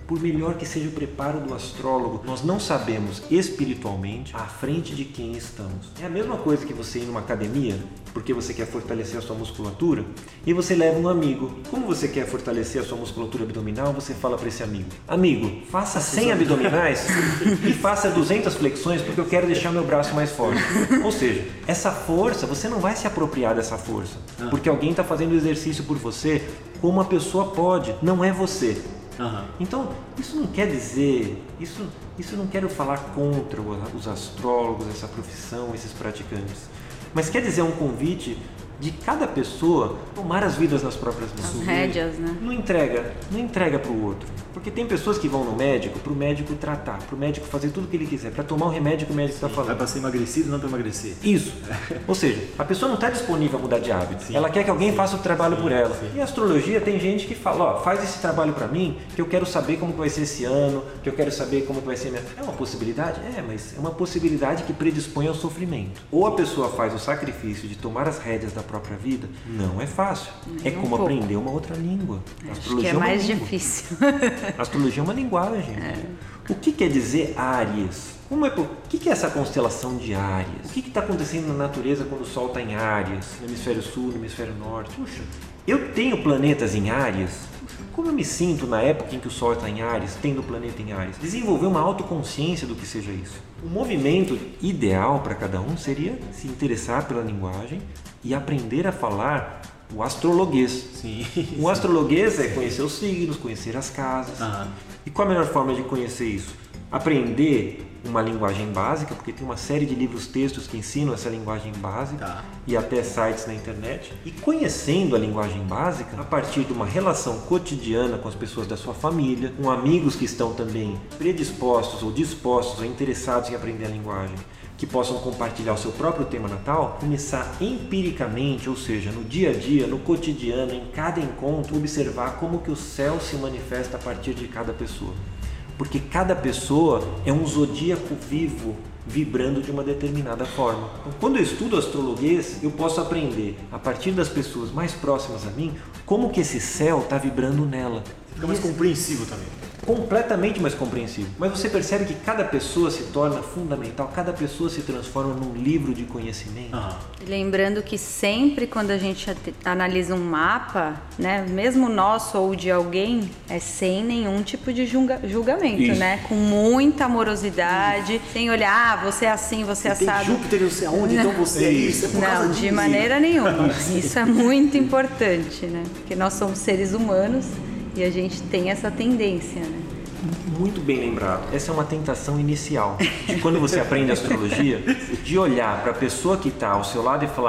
Por melhor que seja o preparo do astrólogo, nós não sabemos espiritualmente à frente de quem estamos. É a mesma coisa que você ir numa academia porque você quer fortalecer a sua musculatura e você leva um amigo. Como você quer fortalecer a sua musculatura abdominal, você fala para esse amigo: amigo, faça cem abdominais e faça duzentas flexões porque eu quero deixar meu braço mais forte. Ou seja, essa força, você não vai se apropriar dessa força porque alguém está fazendo o exercício por você como uma pessoa pode, não é você. Uhum. Então, isso não quer dizer, isso, isso não quero falar contra os astrólogos, essa profissão, esses praticantes, mas quer dizer um convite de cada pessoa tomar as vidas nas próprias mãos. As rédeas, né? Não entrega, não entrega para o outro. Porque tem pessoas que vão no médico para o médico tratar, para o médico fazer tudo o que ele quiser, para tomar o remédio que o médico está falando. Vai para ser emagrecido, não para emagrecer. Isso. Ou seja, a pessoa não está disponível a mudar de hábito. Sim. Ela quer que alguém Sim. faça o trabalho Sim. por ela. Sim. E a astrologia tem gente que fala: ó, faz esse trabalho para mim, que eu quero saber como que vai ser esse ano, que eu quero saber como que vai ser minha... É uma possibilidade? É, mas é uma possibilidade que predispõe ao sofrimento. Ou a pessoa faz o sacrifício de tomar as rédeas da própria vida, não é fácil. Nem é um como pouco. aprender uma outra língua. A Acho que é uma mais língua. difícil. A astrologia é uma linguagem. É. O que quer dizer Áries? Como é, o que é essa constelação de Áries? O que está acontecendo na natureza quando o Sol está em Áries? No hemisfério sul, no hemisfério norte? Puxa, eu tenho planetas em Áries? Como eu me sinto na época em que o Sol está em Áries, tendo o planeta em Áries? Desenvolver uma autoconsciência do que seja isso. O movimento ideal para cada um seria se interessar pela linguagem e aprender a falar o astrologuês. Sim. O astrologuês é conhecer os signos, conhecer as casas. Aham. E qual a melhor forma de conhecer isso? Aprender uma linguagem básica, porque tem uma série de livros textos que ensinam essa linguagem básica, Tá. e até sites na internet. E conhecendo a linguagem básica, a partir de uma relação cotidiana com as pessoas da sua família, com amigos que estão também predispostos ou dispostos ou interessados em aprender a linguagem, que possam compartilhar o seu próprio tema natal, começar empiricamente, ou seja, no dia a dia, no cotidiano, em cada encontro, observar como que o céu se manifesta a partir de cada pessoa. Porque cada pessoa é um zodíaco vivo, vibrando de uma determinada forma. Então, quando eu estudo astrologuês, eu posso aprender, a partir das pessoas mais próximas a mim, como que esse céu está vibrando nela. Fica mais compreensivo também. Completamente mais compreensível. Mas você percebe que cada pessoa se torna fundamental, cada pessoa se transforma num livro de conhecimento. Aham. Lembrando que sempre quando a gente analisa um mapa, né, mesmo nosso ou de alguém, é sem nenhum tipo de julga- julgamento, Isso. né? Com muita amorosidade, sem olhar, ah, você é assim, você é Tem assado. Júpiter não sei aonde, então você é isso. É por causa Não, de disso. maneira nenhuma. Isso é muito importante, né? Porque nós somos seres humanos e a gente tem essa tendência, né? Muito bem lembrado. Essa é uma tentação inicial. De quando você aprende astrologia, de olhar para a pessoa que está ao seu lado e falar: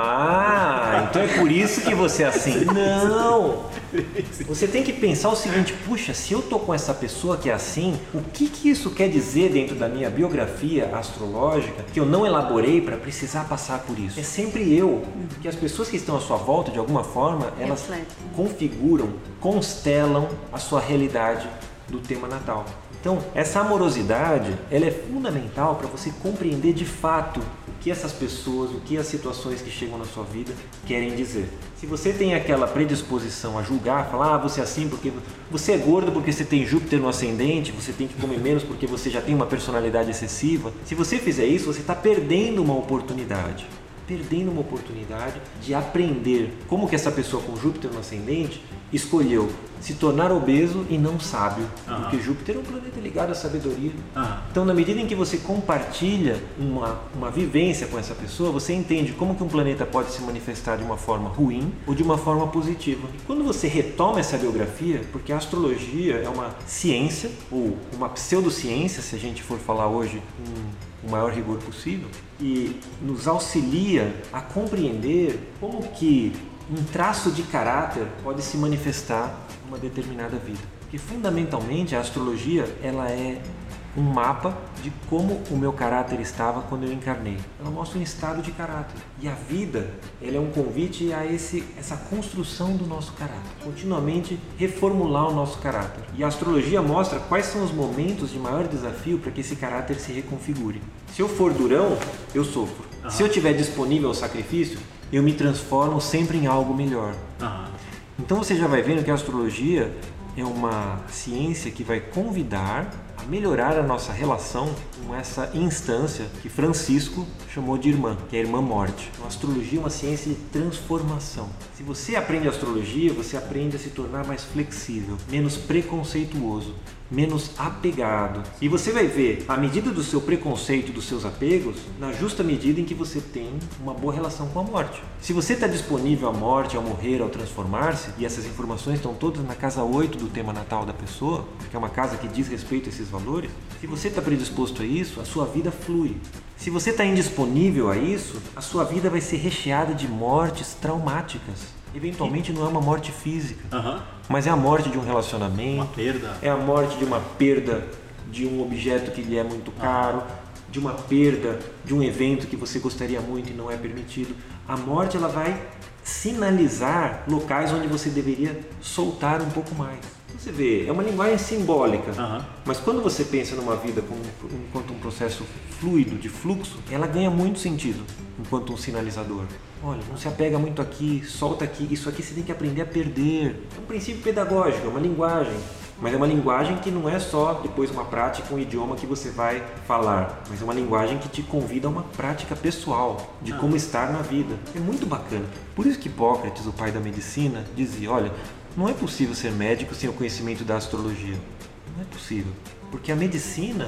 ah, então é por isso que você é assim. Não! Você tem que pensar o seguinte: puxa, se eu tô com essa pessoa que é assim, o que que isso quer dizer dentro da minha biografia astrológica que eu não elaborei para precisar passar por isso? É sempre eu. Que as pessoas que estão à sua volta, de alguma forma, elas Refletem. configuram, constelam a sua realidade do tema natal. Então, essa amorosidade, ela é fundamental para você compreender de fato o que essas pessoas, o que as situações que chegam na sua vida querem dizer. Se você tem aquela predisposição a julgar, falar: ah, você é assim porque você é gordo porque você tem Júpiter no ascendente, você tem que comer menos porque você já tem uma personalidade excessiva. Se você fizer isso, você está perdendo uma oportunidade. Perdendo uma oportunidade de aprender como que essa pessoa com Júpiter no ascendente escolheu se tornar obeso e não sábio, Aham. porque Júpiter é um planeta ligado à sabedoria. Aham. Então, na medida em que você compartilha uma, uma vivência com essa pessoa, você entende como que um planeta pode se manifestar de uma forma ruim ou de uma forma positiva. E quando você retoma essa biografia, porque a astrologia é uma ciência, ou uma pseudociência, se a gente for falar hoje com o maior rigor possível, e nos auxilia a compreender como que um traço de caráter pode se manifestar numa determinada vida. Porque fundamentalmente a astrologia, ela é um mapa de como o meu caráter estava quando eu encarnei. Ela mostra um estado de caráter. E a vida, ela é um convite a esse, essa construção do nosso caráter. Continuamente reformular o nosso caráter. E a astrologia mostra quais são os momentos de maior desafio para que esse caráter se reconfigure. Se eu for durão, eu sofro. Aham. Se eu estiver disponível ao sacrifício, eu me transformo sempre em algo melhor. Aham. Então você já vai vendo que a astrologia, é uma ciência que vai convidar a melhorar a nossa relação com essa instância que Francisco chamou de irmã, que é a irmã morte. A astrologia é uma ciência de transformação. Se você aprende astrologia, você aprende a se tornar mais flexível, menos preconceituoso, menos apegado. E você vai ver a medida do seu preconceito, dos seus apegos, na justa medida em que você tem uma boa relação com a morte. Se você está disponível à morte, ao morrer, ao transformar-se, e essas informações estão todas na casa oito do tema natal da pessoa, que é uma casa que diz respeito a esses valores, se você está predisposto a isso, a sua vida flui. Se você está indisponível a isso, a sua vida vai ser recheada de mortes traumáticas. Eventualmente não é uma morte física, Uhum. mas é a morte de um relacionamento, Uma perda. é a morte de uma perda de um objeto que lhe é muito caro, de uma perda de um evento que você gostaria muito e não é permitido. A morte ela vai sinalizar locais onde você deveria soltar um pouco mais. Você vê, é uma linguagem simbólica, Uhum. mas quando você pensa numa vida como, enquanto um processo fluido, de fluxo, ela ganha muito sentido enquanto um sinalizador. Olha, não se apega muito aqui, solta aqui, isso aqui você tem que aprender a perder. É um princípio pedagógico, é uma linguagem, mas é uma linguagem que não é só depois uma prática, um idioma que você vai falar, mas é uma linguagem que te convida a uma prática pessoal de como estar na vida. É muito bacana. Por isso que Hipócrates, o pai da medicina, dizia, olha, não é possível ser médico sem o conhecimento da astrologia. Não é possível, porque a medicina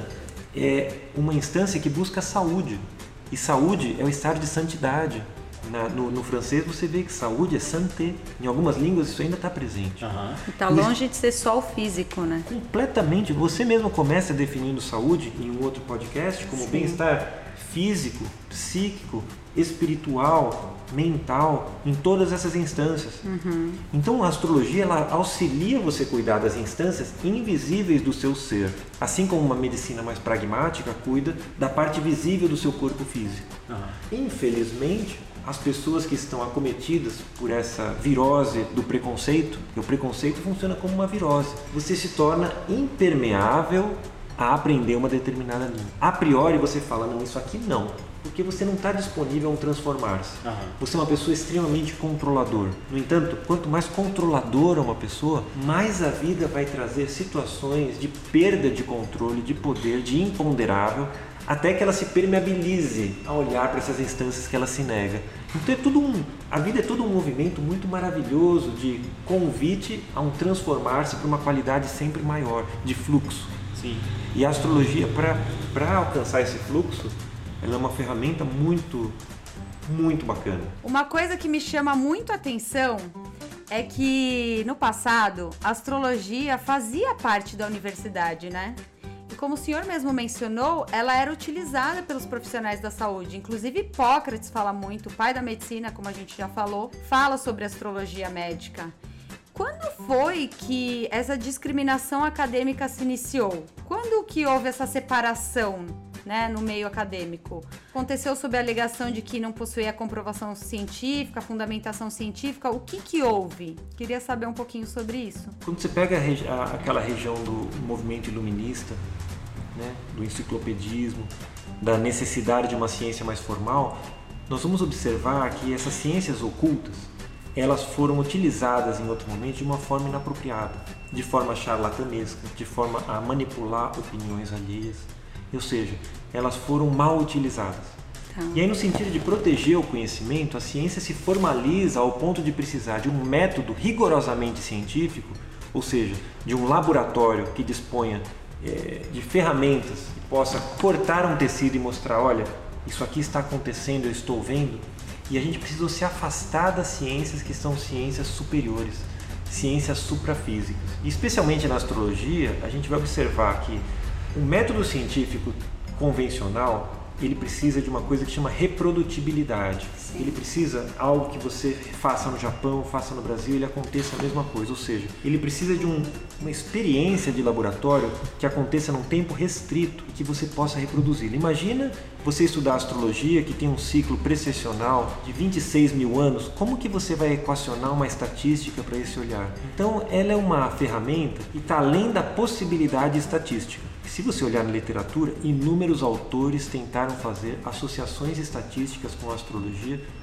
é uma instância que busca a saúde, e saúde é o estado de santidade. Na, no, no francês você vê que saúde é santé. Em algumas línguas isso ainda está presente. Uhum. Está longe de ser só o físico, né? Completamente. Você mesmo começa definindo saúde em um outro podcast como Sim. bem-estar físico, psíquico, espiritual, mental, em todas essas instâncias. Uhum. Então a astrologia ela auxilia você a cuidar das instâncias invisíveis do seu ser, assim como uma medicina mais pragmática cuida da parte visível do seu corpo físico. Uhum. Infelizmente, as pessoas que estão acometidas por essa virose do preconceito, porque o preconceito funciona como uma virose, você se torna impermeável a aprender uma determinada língua. A priori você fala, não, isso aqui não, porque você não está disponível a um transformar-se. Uhum. Você é uma pessoa extremamente controlador. No entanto, quanto mais controladora uma pessoa, mais a vida vai trazer situações de perda de controle, de poder, de imponderável, até que ela se permeabilize a olhar para essas instâncias que ela se nega. Então é tudo um, a vida é todo um movimento muito maravilhoso de convite a um transformar-se para uma qualidade sempre maior, de fluxo. Sim. E a astrologia, para alcançar esse fluxo, ela é uma ferramenta muito, muito bacana. Uma coisa que me chama muito a atenção é que no passado a astrologia fazia parte da universidade, né? E como o senhor mesmo mencionou, ela era utilizada pelos profissionais da saúde. Inclusive Hipócrates fala muito, o pai da medicina, como a gente já falou, fala sobre astrologia médica. Quando foi que essa discriminação acadêmica se iniciou? Quando que houve essa separação, né, no meio acadêmico? Aconteceu sob a alegação de que não possuía comprovação científica, fundamentação científica? O que que houve? Queria saber um pouquinho sobre isso. Quando você pega a regi- a, aquela região do movimento iluminista, né, do enciclopedismo, da necessidade de uma ciência mais formal, nós vamos observar que essas ciências ocultas, elas foram utilizadas em outro momento de uma forma inapropriada, de forma charlatanesca, de forma a manipular opiniões alheias, ou seja, elas foram mal utilizadas. Tá. E aí, no sentido de proteger o conhecimento, a ciência se formaliza ao ponto de precisar de um método rigorosamente científico, ou seja, de um laboratório que disponha é, de ferramentas que possa cortar um tecido e mostrar, olha, isso aqui está acontecendo, eu estou vendo. E a gente precisa se afastar das ciências que são ciências superiores, ciências suprafísicas. E especialmente na astrologia, a gente vai observar que o método científico convencional, ele precisa de uma coisa que chama reprodutibilidade. Sim. Ele precisa algo que você faça no Japão, faça no Brasil, ele aconteça a mesma coisa. Ou seja, ele precisa de um, uma experiência de laboratório que aconteça num tempo restrito e que você possa reproduzi-lo. Imagina você estudar astrologia, que tem um ciclo precessional de vinte e seis mil anos, como que você vai equacionar uma estatística para esse olhar? Então, ela é uma ferramenta que está além da possibilidade estatística. Se você olhar na literatura, inúmeros autores tentaram fazer associações estatísticas com a astrologia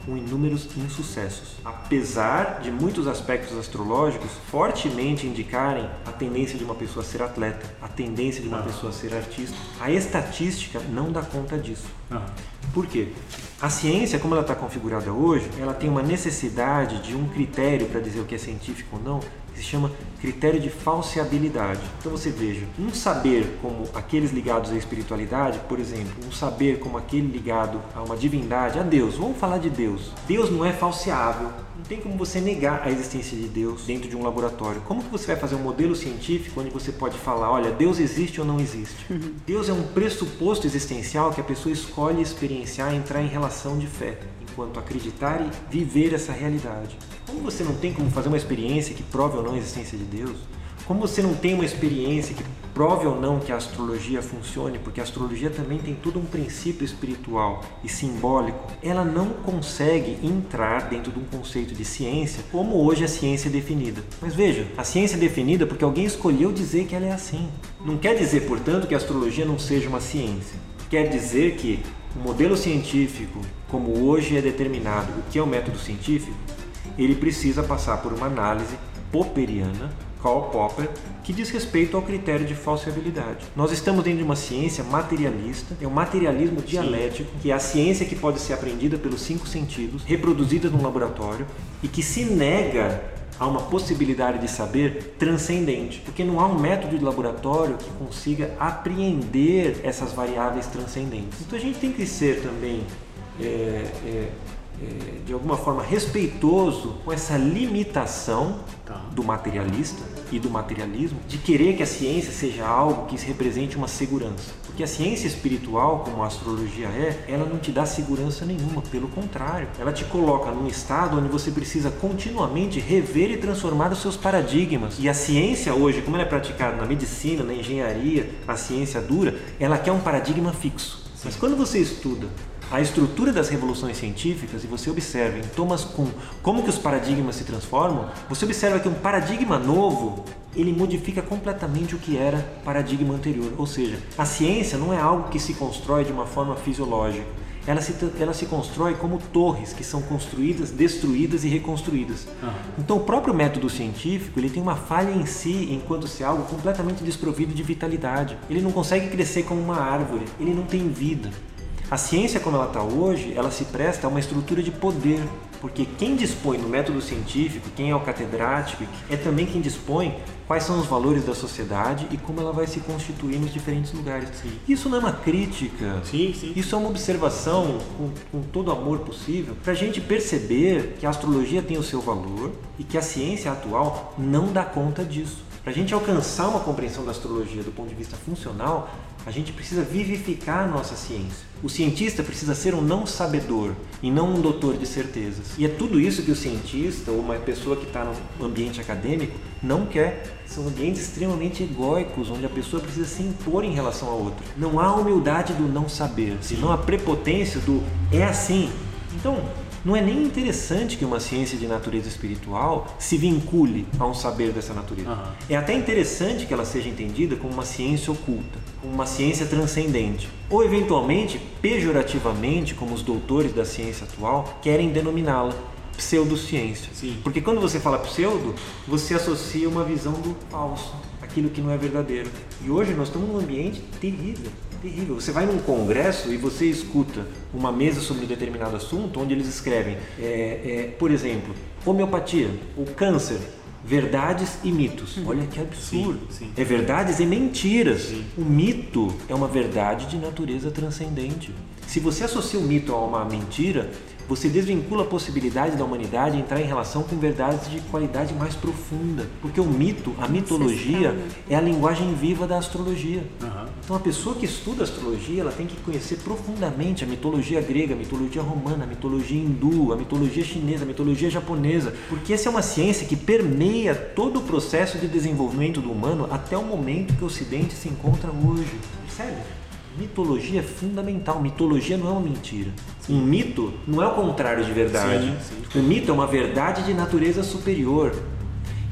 com inúmeros insucessos. Apesar de muitos aspectos astrológicos fortemente indicarem a tendência de uma pessoa a ser atleta, a tendência de uma pessoa a ser artista, a estatística não dá conta disso. Uhum. Por quê? A ciência, como ela está configurada hoje, ela tem uma necessidade de um critério para dizer o que é científico ou não, que se chama critério de falseabilidade. Então você veja, um saber como aqueles ligados à espiritualidade, por exemplo, um saber como aquele ligado a uma divindade, a Deus, vamos falar de Deus. Deus não é falseável, não tem como você negar a existência de Deus dentro de um laboratório. Como que você vai fazer um modelo científico onde você pode falar, olha, Deus existe ou não existe? Uhum. Deus é um pressuposto existencial que a pessoa escolhe experienciar, entrar em relação de fé, enquanto acreditar e viver essa realidade. Como você não tem como fazer uma experiência que prove ou não a existência de Deus? Como você não tem uma experiência que prove ou não que a astrologia funcione, porque a astrologia também tem todo um princípio espiritual e simbólico, ela não consegue entrar dentro de um conceito de ciência como hoje a ciência é definida. Mas veja, a ciência é definida porque alguém escolheu dizer que ela é assim. Não quer dizer, portanto, que a astrologia não seja uma ciência. Quer dizer que o modelo científico, como hoje é determinado o que é o método científico, ele precisa passar por uma análise popperiana, Karl Popper, que diz respeito ao critério de falseabilidade. Nós estamos dentro de uma ciência materialista, é o materialismo dialético, que é a ciência que pode ser aprendida pelos cinco sentidos, reproduzida num laboratório e que se nega a uma possibilidade de saber transcendente, porque não há um método de laboratório que consiga apreender essas variáveis transcendentes. Então a gente tem que ser também é, é, é, de alguma forma respeitoso com essa limitação tá. do materialista e do materialismo, de querer que a ciência seja algo que represente uma segurança. Porque a ciência espiritual, como a astrologia é, ela não te dá segurança nenhuma, pelo contrário. Ela te coloca num estado onde você precisa continuamente rever e transformar os seus paradigmas. E a ciência hoje, como ela é praticada na medicina, na engenharia, na ciência dura, ela quer um paradigma fixo. Mas quando você estuda a estrutura das revoluções científicas e você observa em Thomas Kuhn como que os paradigmas se transformam, você observa que um paradigma novo, ele modifica completamente o que era paradigma anterior. Ou seja, a ciência não é algo que se constrói de uma forma fisiológica. Ela se, ela se constrói como torres que são construídas, destruídas e reconstruídas. Uhum. Então o próprio método científico ele tem uma falha em si enquanto se é algo completamente desprovido de vitalidade. Ele não consegue crescer como uma árvore, ele não tem vida. A ciência como ela está hoje, ela se presta a uma estrutura de poder, porque quem dispõe do método científico, quem é o catedrático, é também quem dispõe quais são os valores da sociedade e como ela vai se constituir nos diferentes lugares. Sim. Isso não é uma crítica, sim, sim. Isso é uma observação com, com todo o amor possível para a gente perceber que a astrologia tem o seu valor e que a ciência atual não dá conta disso. Para a gente alcançar uma compreensão da astrologia do ponto de vista funcional, a gente precisa vivificar a nossa ciência. O cientista precisa ser um não sabedor e não um doutor de certezas. E é tudo isso que o cientista ou uma pessoa que está no ambiente acadêmico não quer. São ambientes extremamente egóicos, onde a pessoa precisa se impor em relação a outra. Não há a humildade do não saber, senão a prepotência do é assim. Então, não é nem interessante que uma ciência de natureza espiritual se vincule a um saber dessa natureza. Uhum. É até interessante que ela seja entendida como uma ciência oculta, como uma ciência transcendente. Ou, eventualmente, pejorativamente, como os doutores da ciência atual querem denominá-la, pseudociência. Sim. Porque quando você fala pseudo, você associa uma visão do falso, aquilo que não é verdadeiro. E hoje nós estamos num ambiente terrível. Terrível. Você vai num congresso e você escuta uma mesa sobre um determinado assunto onde eles escrevem, é, é, por exemplo, homeopatia, o câncer, verdades e mitos. Olha que absurdo. Sim, sim. É verdades e mentiras. Sim. O mito é uma verdade de natureza transcendente. Se você associa o mito a uma mentira, você desvincula a possibilidade da humanidade entrar em relação com verdades de qualidade mais profunda. Porque o mito, a mitologia, é a linguagem viva da astrologia. Uhum. Então a pessoa que estuda astrologia, ela tem que conhecer profundamente a mitologia grega, a mitologia romana, a mitologia hindu, a mitologia chinesa, a mitologia japonesa. Porque essa é uma ciência que permeia todo o processo de desenvolvimento do humano até o momento que o Ocidente se encontra hoje. Percebe? Mitologia é fundamental. Mitologia não é uma mentira. Sim. Um mito não é o contrário de verdade. Sim, sim. O mito é uma verdade de natureza superior.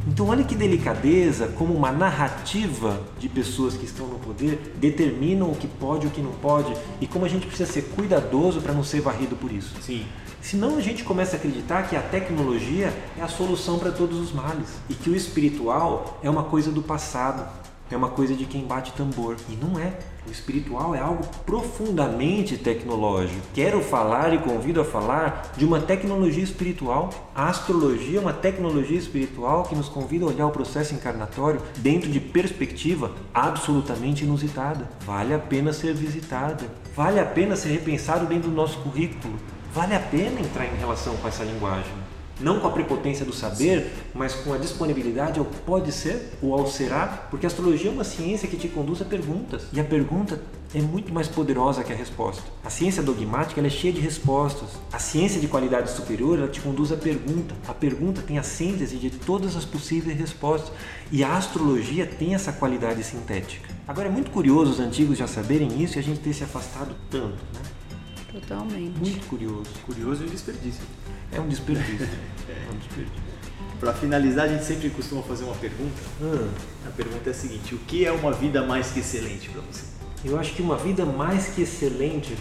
Então olha que delicadeza, como uma narrativa de pessoas que estão no poder determinam o que pode e o que não pode, e como a gente precisa ser cuidadoso para não ser varrido por isso. Sim. Senão a gente começa a acreditar que a tecnologia é a solução para todos os males e que o espiritual é uma coisa do passado, é uma coisa de quem bate tambor. E não é. O espiritual é algo profundamente tecnológico. Quero falar e convido a falar de uma tecnologia espiritual. A astrologia é uma tecnologia espiritual que nos convida a olhar o processo encarnatório dentro de perspectiva absolutamente inusitada. Vale a pena ser visitada. Vale a pena ser repensado dentro do nosso currículo. Vale a pena entrar em relação com essa linguagem. Não com a prepotência do saber, mas com a disponibilidade ao pode ser ou ao será, porque a astrologia é uma ciência que te conduz a perguntas. E a pergunta é muito mais poderosa que a resposta. A ciência dogmática ela é cheia de respostas. A ciência de qualidade superior ela te conduz à pergunta. A pergunta tem a síntese de todas as possíveis respostas. E a astrologia tem essa qualidade sintética. Agora é muito curioso os antigos já saberem isso e a gente ter se afastado tanto, né? Totalmente. Muito curioso. Curioso e desperdício. É um desperdício. É um desperdício. Para finalizar, a gente sempre costuma fazer uma pergunta. Hum. A pergunta é a seguinte: o que é uma vida mais que excelente para você? Eu acho que uma vida mais que excelente,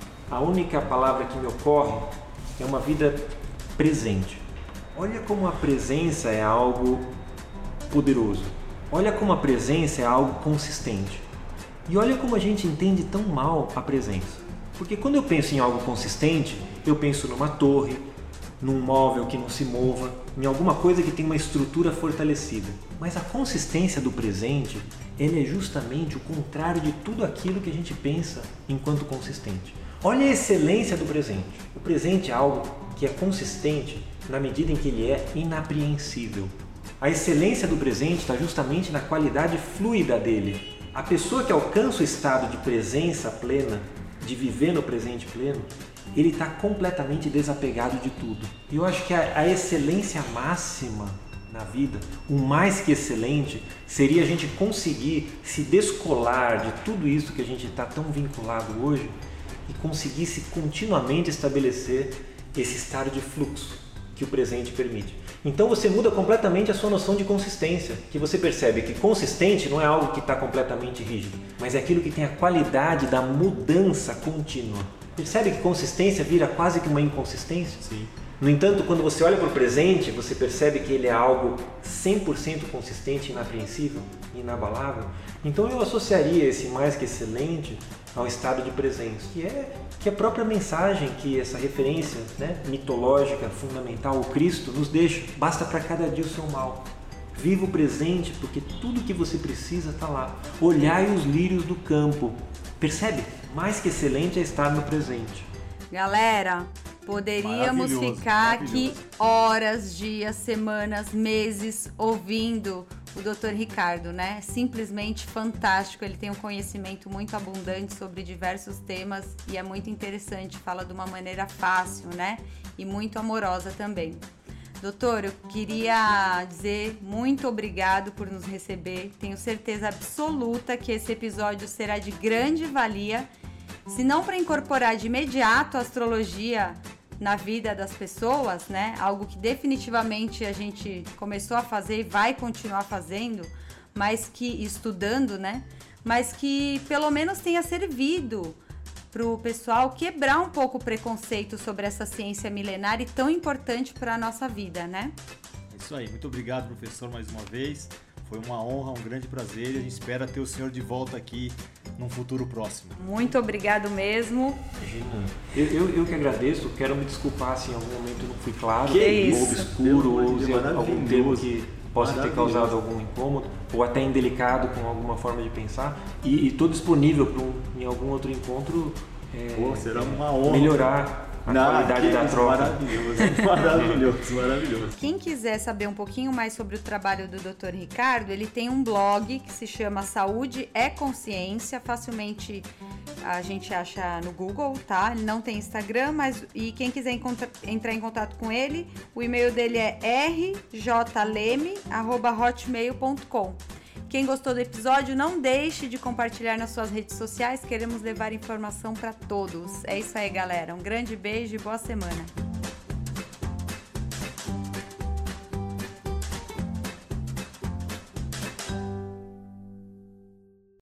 a única palavra que me ocorre é uma vida presente. Olha como a presença é algo poderoso. Olha como a presença é algo consistente. E olha como a gente entende tão mal a presença. Porque quando eu penso em algo consistente, eu penso numa torre, num móvel que não se mova, em alguma coisa que tem uma estrutura fortalecida. Mas a consistência do presente, ele é justamente o contrário de tudo aquilo que a gente pensa enquanto consistente. Olha a excelência do presente. O presente é algo que é consistente na medida em que ele é inapreensível. A excelência do presente está justamente na qualidade fluida dele. A pessoa que alcança o estado de presença plena, de viver no presente pleno, ele está completamente desapegado de tudo. E eu acho que a, a excelência máxima na vida, o mais que excelente, seria a gente conseguir se descolar de tudo isso que a gente está tão vinculado hoje e conseguir se continuamente estabelecer esse estado de fluxo que o presente permite. Então você muda completamente a sua noção de consistência, que você percebe que consistente não é algo que está completamente rígido, mas é aquilo que tem a qualidade da mudança contínua. Percebe que consistência vira quase que uma inconsistência? Sim. No entanto, quando você olha para o presente, você percebe que ele é algo cem por cento consistente, inapreensível, inabalável. Então eu associaria esse mais que excelente ao estado de presença, que é, que é a própria mensagem que essa referência, né, mitológica, fundamental, o Cristo, nos deixa. Basta para cada dia o seu mal. Viva o presente, porque tudo que você precisa está lá. Olhai os lírios do campo. Percebe? Mais que excelente é estar no presente. Galera, poderíamos ficar aqui horas, dias, semanas, meses ouvindo o doutor Ricardo, né? Simplesmente fantástico, ele tem um conhecimento muito abundante sobre diversos temas e é muito interessante, fala de uma maneira fácil, né? E muito amorosa também. Doutor, eu queria dizer muito obrigado por nos receber, tenho certeza absoluta que esse episódio será de grande valia, se não para incorporar de imediato a astrologia na vida das pessoas, né? Algo que definitivamente a gente começou a fazer e vai continuar fazendo, mas que estudando, né? Mas que pelo menos tenha servido para o pessoal quebrar um pouco o preconceito sobre essa ciência milenar e tão importante para a nossa vida, né? É isso aí. Muito obrigado, professor, mais uma vez. Foi uma honra, um grande prazer e a gente espera ter o senhor de volta aqui num futuro próximo. Muito obrigado mesmo. Imagina. Eu, eu, eu que agradeço, quero me desculpar se em algum momento eu não fui claro, Que ou isso? obscuro, ou usei algum Maravilhoso. termo que possa ter Maravilhoso. causado algum incômodo, ou até indelicado com alguma forma de pensar. E estou disponível para um, em algum outro encontro é, Pô, será uma honra. melhorar a Não, qualidade que da isso, troca. Maravilhoso, maravilhoso, maravilhoso. Quem quiser saber um pouquinho mais sobre o trabalho do doutor Ricardo, ele tem um blog que se chama Saúde é Consciência, facilmente a gente acha no Google, tá? Ele não tem Instagram, mas e quem quiser encontra, entrar em contato com ele, o e-mail dele é r j leme arroba hotmail ponto com. Quem gostou do episódio, não deixe de compartilhar nas suas redes sociais, queremos levar informação para todos. É isso aí, galera. Um grande beijo e boa semana.